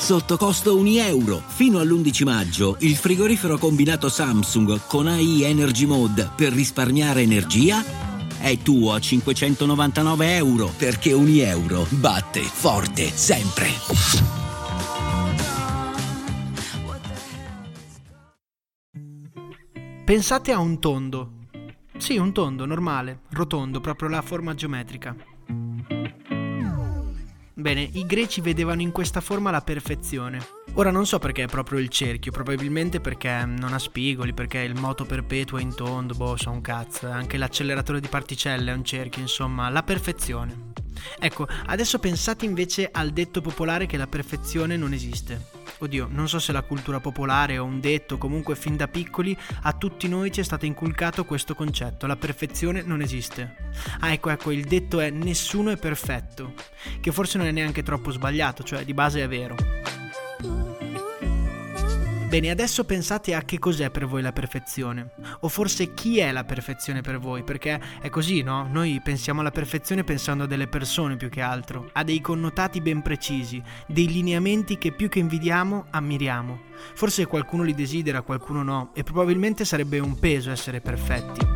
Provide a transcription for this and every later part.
sotto costo €1. Fino all'11 maggio il frigorifero combinato Samsung con AI Energy Mode per risparmiare energia è tuo a €599, perché €1 batte forte sempre. Pensate a un tondo. Sì, un tondo normale, rotondo, proprio la forma geometrica. Bene, i greci vedevano in questa forma la perfezione. Ora non so perché è proprio il cerchio, probabilmente perché non ha spigoli, perché il moto perpetuo è in tondo, so un cazzo, anche l'acceleratore di particelle è un cerchio, insomma, la perfezione. Ecco, adesso pensate invece al detto popolare che la perfezione non esiste. Oddio, non so se la cultura popolare o un detto, comunque fin da piccoli a tutti noi ci è stato inculcato questo concetto: la perfezione non esiste. Ecco, il detto è nessuno è perfetto, che forse non è neanche troppo sbagliato, cioè di base è vero. Bene, adesso pensate a che cos'è per voi la perfezione, o forse chi è la perfezione per voi, perché è così, no? Noi pensiamo alla perfezione pensando a delle persone più che altro, a dei connotati ben precisi, dei lineamenti che più che invidiamo, ammiriamo. Forse qualcuno li desidera, qualcuno no, e probabilmente sarebbe un peso essere perfetti.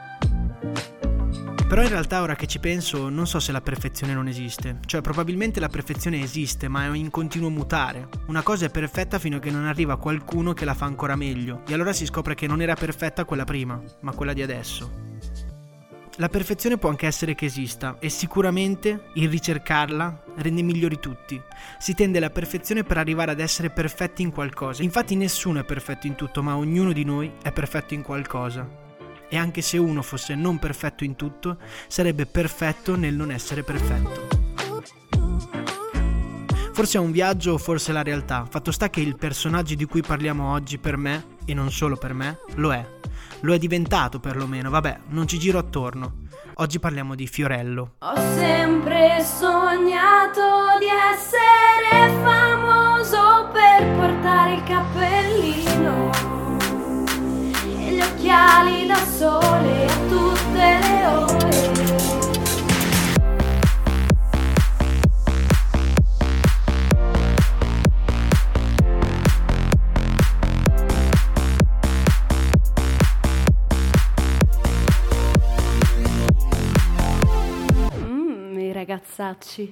Però in realtà ora che ci penso non so se la perfezione non esiste, cioè probabilmente la perfezione esiste ma è in continuo mutare. Una cosa è perfetta fino a che non arriva qualcuno che la fa ancora meglio e allora si scopre che non era perfetta quella prima, ma quella di adesso. La perfezione può anche essere che esista e sicuramente il ricercarla rende migliori tutti. Si tende alla perfezione per arrivare ad essere perfetti in qualcosa. Infatti nessuno è perfetto in tutto, ma ognuno di noi è perfetto in qualcosa. E anche se uno fosse non perfetto in tutto, sarebbe perfetto nel non essere perfetto. Forse è un viaggio o forse la realtà. Fatto sta che il personaggio di cui parliamo oggi per me, e non solo per me, lo è. Lo è diventato perlomeno, vabbè, non ci giro attorno. Oggi parliamo di Fiorello. Ho sempre sognato di essere famoso per portare il cappellino e gli occhiali da sole a tutte le ore. I ragazzacci.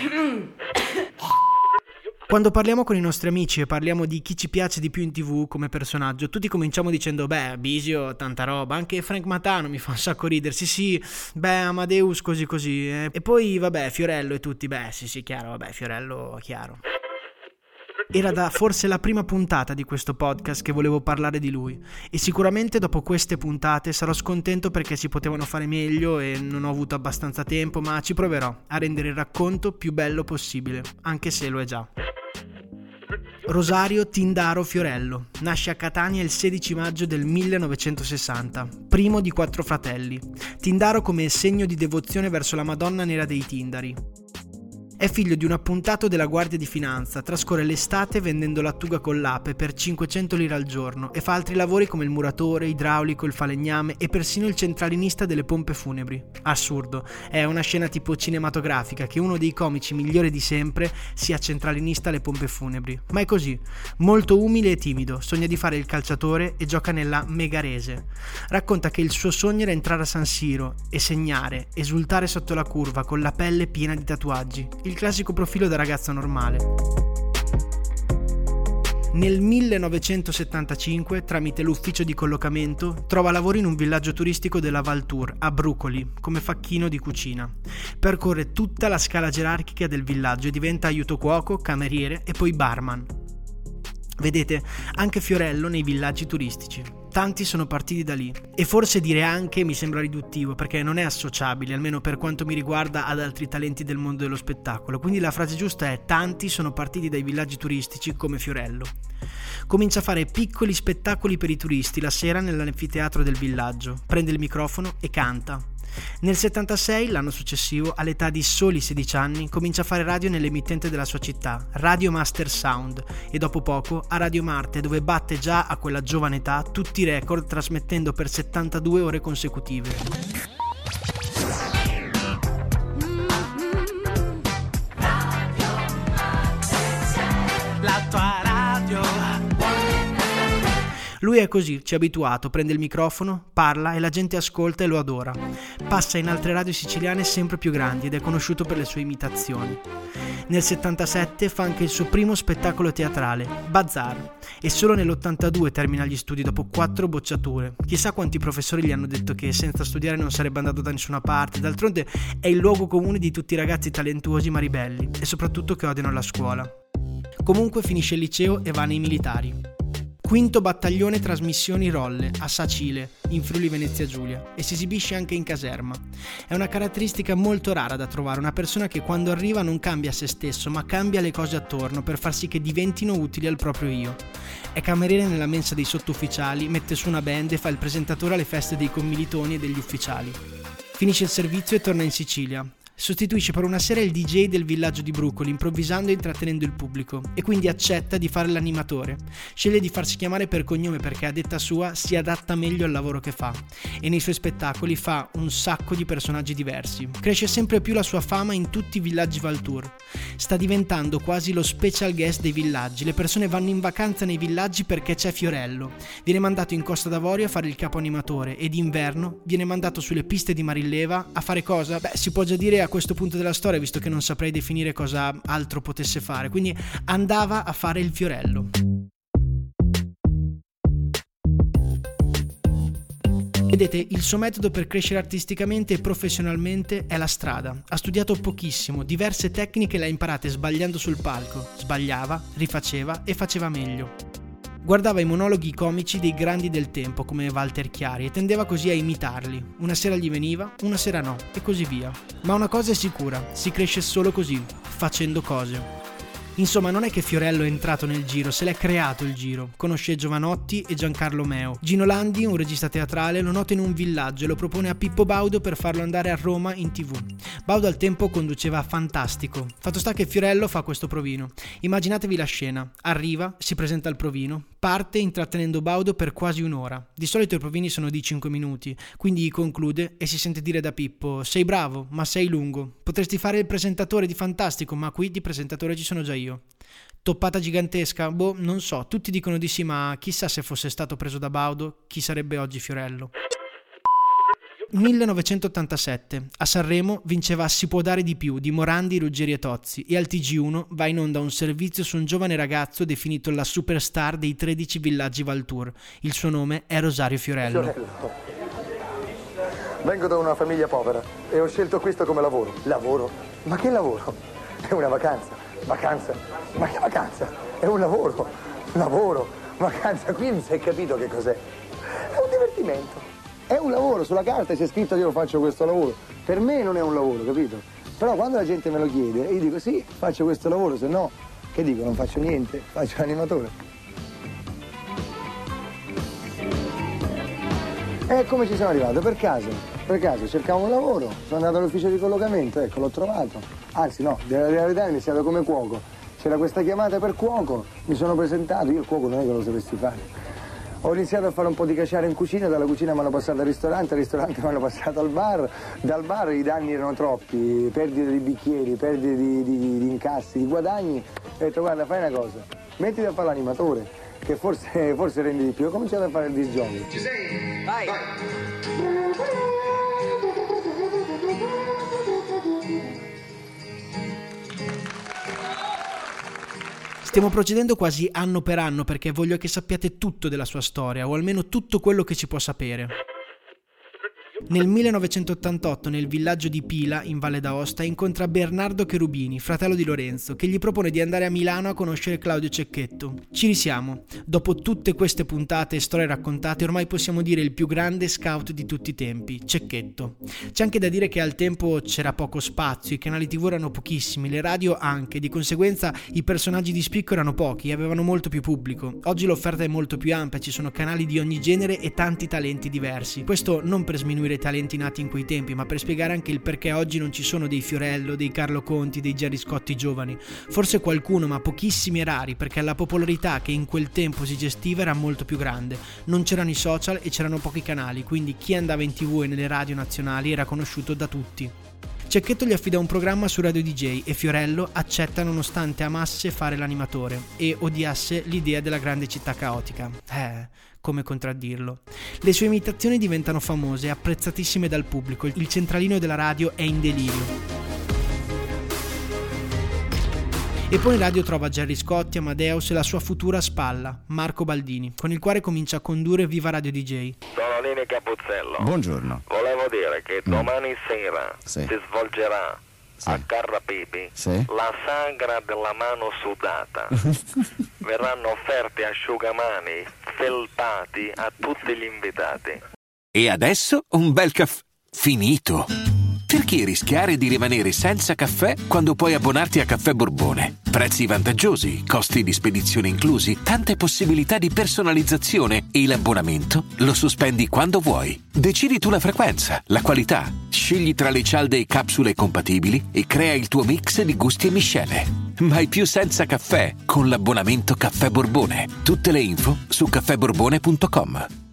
Quando parliamo con i nostri amici e parliamo di chi ci piace di più in TV come personaggio, tutti cominciamo dicendo Bisio, tanta roba, anche Frank Matano mi fa un sacco ridere, sì, Amadeus così, e poi Fiorello e tutti, sì, chiaro, Fiorello, chiaro. Era da forse la prima puntata di questo podcast che volevo parlare di lui e sicuramente dopo queste puntate sarò scontento perché si potevano fare meglio e non ho avuto abbastanza tempo, ma ci proverò a rendere il racconto più bello possibile, anche se lo è già. Rosario Tindaro Fiorello nasce a Catania il 16 maggio del 1960, primo di 4 fratelli. Tindaro come segno di devozione verso la Madonna Nera dei Tindari. È figlio di un appuntato della Guardia di Finanza, trascorre l'estate vendendo lattuga con l'ape per 500 lire al giorno e fa altri lavori come il muratore, idraulico, il falegname e persino il centralinista delle pompe funebri. Assurdo, è una scena tipo cinematografica che uno dei comici migliori di sempre sia centralinista alle pompe funebri. Ma è così, molto umile e timido, sogna di fare il calciatore e gioca nella Megarese. Racconta che il suo sogno era entrare a San Siro e segnare, esultare sotto la curva con la pelle piena di tatuaggi. Il classico profilo da ragazzo normale. Nel 1975, tramite l'ufficio di collocamento, trova lavoro in un villaggio turistico della Val Tour, a Brucoli, come facchino di cucina. Percorre tutta la scala gerarchica del villaggio e diventa aiuto cuoco, cameriere e poi barman. Vedete, anche Fiorello nei villaggi turistici. Tanti sono partiti da lì. E forse dire anche mi sembra riduttivo, perché non è associabile, almeno per quanto mi riguarda, ad altri talenti del mondo dello spettacolo. Quindi la frase giusta è: tanti sono partiti dai villaggi turistici come Fiorello. Comincia a fare piccoli spettacoli per i turisti la sera nell'anfiteatro del villaggio. Prende il microfono e canta. Nel 76, l'anno successivo, all'età di soli 16 anni, comincia a fare radio nell'emittente della sua città, Radio Master Sound, e dopo poco a Radio Marte, dove batte già a quella giovane età tutti i record trasmettendo per 72 ore consecutive. La la tua radio. Lui è così, ci ha abituato, prende il microfono, parla e la gente ascolta e lo adora. Passa in altre radio siciliane sempre più grandi ed è conosciuto per le sue imitazioni. Nel 77 fa anche il suo primo spettacolo teatrale, Bazar, e solo nell'82 termina gli studi dopo 4 bocciature. Chissà quanti professori gli hanno detto che senza studiare non sarebbe andato da nessuna parte, d'altronde è il luogo comune di tutti i ragazzi talentuosi ma ribelli e soprattutto che odiano la scuola. Comunque finisce il liceo e va nei militari. 5° battaglione trasmissioni Rolle a Sacile, in Friuli Venezia Giulia, e si esibisce anche in caserma. È una caratteristica molto rara da trovare, una persona che quando arriva non cambia se stesso, ma cambia le cose attorno per far sì che diventino utili al proprio io. È cameriere nella mensa dei sottufficiali, mette su una band e fa il presentatore alle feste dei commilitoni e degli ufficiali. Finisce il servizio e torna in Sicilia. Sostituisce per una sera il DJ del villaggio di Brucoli, improvvisando e intrattenendo il pubblico, e quindi accetta di fare l'animatore. Sceglie di farsi chiamare per cognome perché, a detta sua, si adatta meglio al lavoro che fa, e nei suoi spettacoli fa un sacco di personaggi diversi. Cresce sempre più la sua fama in tutti i villaggi Valtour. Sta diventando quasi lo special guest dei villaggi. Le persone vanno in vacanza nei villaggi perché c'è Fiorello. Viene mandato in Costa d'Avorio a fare il capo animatore e d'inverno viene mandato sulle piste di Marilleva a fare cosa? Beh, si può già dire a questo punto della storia, visto che non saprei definire cosa altro potesse fare, quindi andava a fare il Fiorello. Vedete, il suo metodo per crescere artisticamente e professionalmente è la strada. Ha studiato pochissimo, diverse tecniche le ha imparate sbagliando sul palco, sbagliava, rifaceva e faceva meglio. Guardava i monologhi comici dei grandi del tempo come Walter Chiari e tendeva così a imitarli. Una sera gli veniva, una sera no, e così via. Ma una cosa è sicura, si cresce solo così, facendo cose. Insomma, non è che Fiorello è entrato nel giro, se l'è creato il giro. Conosce Giovanotti e Giancarlo Meo. Gino Landi, un regista teatrale, lo nota in un villaggio e lo propone a Pippo Baudo per farlo andare a Roma in TV. Baudo al tempo conduceva Fantastico. Fatto sta che Fiorello fa questo provino. Immaginatevi la scena. Arriva, si presenta al provino, parte intrattenendo Baudo per quasi un'ora. Di solito i provini sono di 5 minuti, quindi conclude e si sente dire da Pippo: sei bravo, ma sei lungo. Potresti fare il presentatore di Fantastico, ma qui di presentatore ci sono già io. Toppata gigantesca? Boh, non so, tutti dicono di sì, ma chissà se fosse stato preso da Baudo, chi sarebbe oggi Fiorello. 1987, a Sanremo vinceva Si può dare di più di Morandi, Ruggeri e Tozzi, e al TG1 va in onda un servizio su un giovane ragazzo definito la superstar dei 13 villaggi Valtour. Il suo nome è Rosario Fiorello. Vengo da una famiglia povera e ho scelto questo come lavoro. Lavoro? Ma che lavoro? È una vacanza. Vacanza? Ma che vacanza? È un lavoro. Lavoro. Vacanza. Qui non si è capito che cos'è. È un divertimento. È un lavoro. Sulla carta c'è scritto che io faccio questo lavoro. Per me non è un lavoro, capito? Però quando la gente me lo chiede, io dico sì, faccio questo lavoro, se no, che dico, non faccio niente, faccio l'animatore. E come ci sono arrivato? Per caso. Per caso cercavo un lavoro, sono andato all'ufficio di collocamento, ecco, l'ho trovato. Anzi no, della realtà ho iniziato come cuoco. C'era questa chiamata per cuoco, mi sono presentato, io il cuoco non è che lo sapessi fare. Ho iniziato a fare un po' di caciara in cucina, dalla cucina mi hanno passato al ristorante mi hanno passato al bar. Dal bar i danni erano troppi, perdite di bicchieri, perdite di incassi, di guadagni. Ho detto guarda, fai una cosa, mettiti a fare l'animatore, che forse rendi di più. Ho cominciato a fare il disc jockey. Ci sei? Vai! Stiamo procedendo quasi anno per anno perché voglio che sappiate tutto della sua storia, o almeno tutto quello che si può sapere. Nel 1988, nel villaggio di Pila, in Valle d'Aosta, incontra Bernardo Cherubini, fratello di Lorenzo, che gli propone di andare a Milano a conoscere Claudio Cecchetto. Ci risiamo. Dopo tutte queste puntate e storie raccontate, ormai possiamo dire il più grande scout di tutti i tempi, Cecchetto. C'è anche da dire che al tempo c'era poco spazio, i canali TV erano pochissimi, le radio anche, di conseguenza i personaggi di spicco erano pochi e avevano molto più pubblico. Oggi l'offerta è molto più ampia, ci sono canali di ogni genere e tanti talenti diversi. Questo non per sminuire i talenti nati in quei tempi, ma per spiegare anche il perché oggi non ci sono dei Fiorello, dei Carlo Conti, dei Gerry Scotti giovani. Forse qualcuno, ma pochissimi e rari, perché la popolarità che in quel tempo si gestiva era molto più grande. Non c'erano i social e c'erano pochi canali, quindi chi andava in TV e nelle radio nazionali era conosciuto da tutti. Cecchetto gli affida un programma su Radio DJ e Fiorello accetta nonostante amasse fare l'animatore e odiasse l'idea della grande città caotica. Come contraddirlo? Le sue imitazioni diventano famose e apprezzatissime dal pubblico. Il centralino della radio è in delirio. E poi in radio trova Gerry Scotti, Amadeus e la sua futura spalla, Marco Baldini, con il quale comincia a condurre Viva Radio DJ. Sono Lini Capuzzello. Buongiorno. Volevo dire che domani sera si svolgerà a Carrapipi la sagra della mano sudata. Verranno offerti asciugamani felpati a tutti gli invitati. E adesso un bel caffè finito. Perché rischiare di rimanere senza caffè quando puoi abbonarti a Caffè Borbone? Prezzi vantaggiosi, costi di spedizione inclusi, tante possibilità di personalizzazione e l'abbonamento lo sospendi quando vuoi. Decidi tu la frequenza, la qualità, scegli tra le cialde e capsule compatibili e crea il tuo mix di gusti e miscele. Mai più senza caffè con l'abbonamento Caffè Borbone. Tutte le info su caffèborbone.com.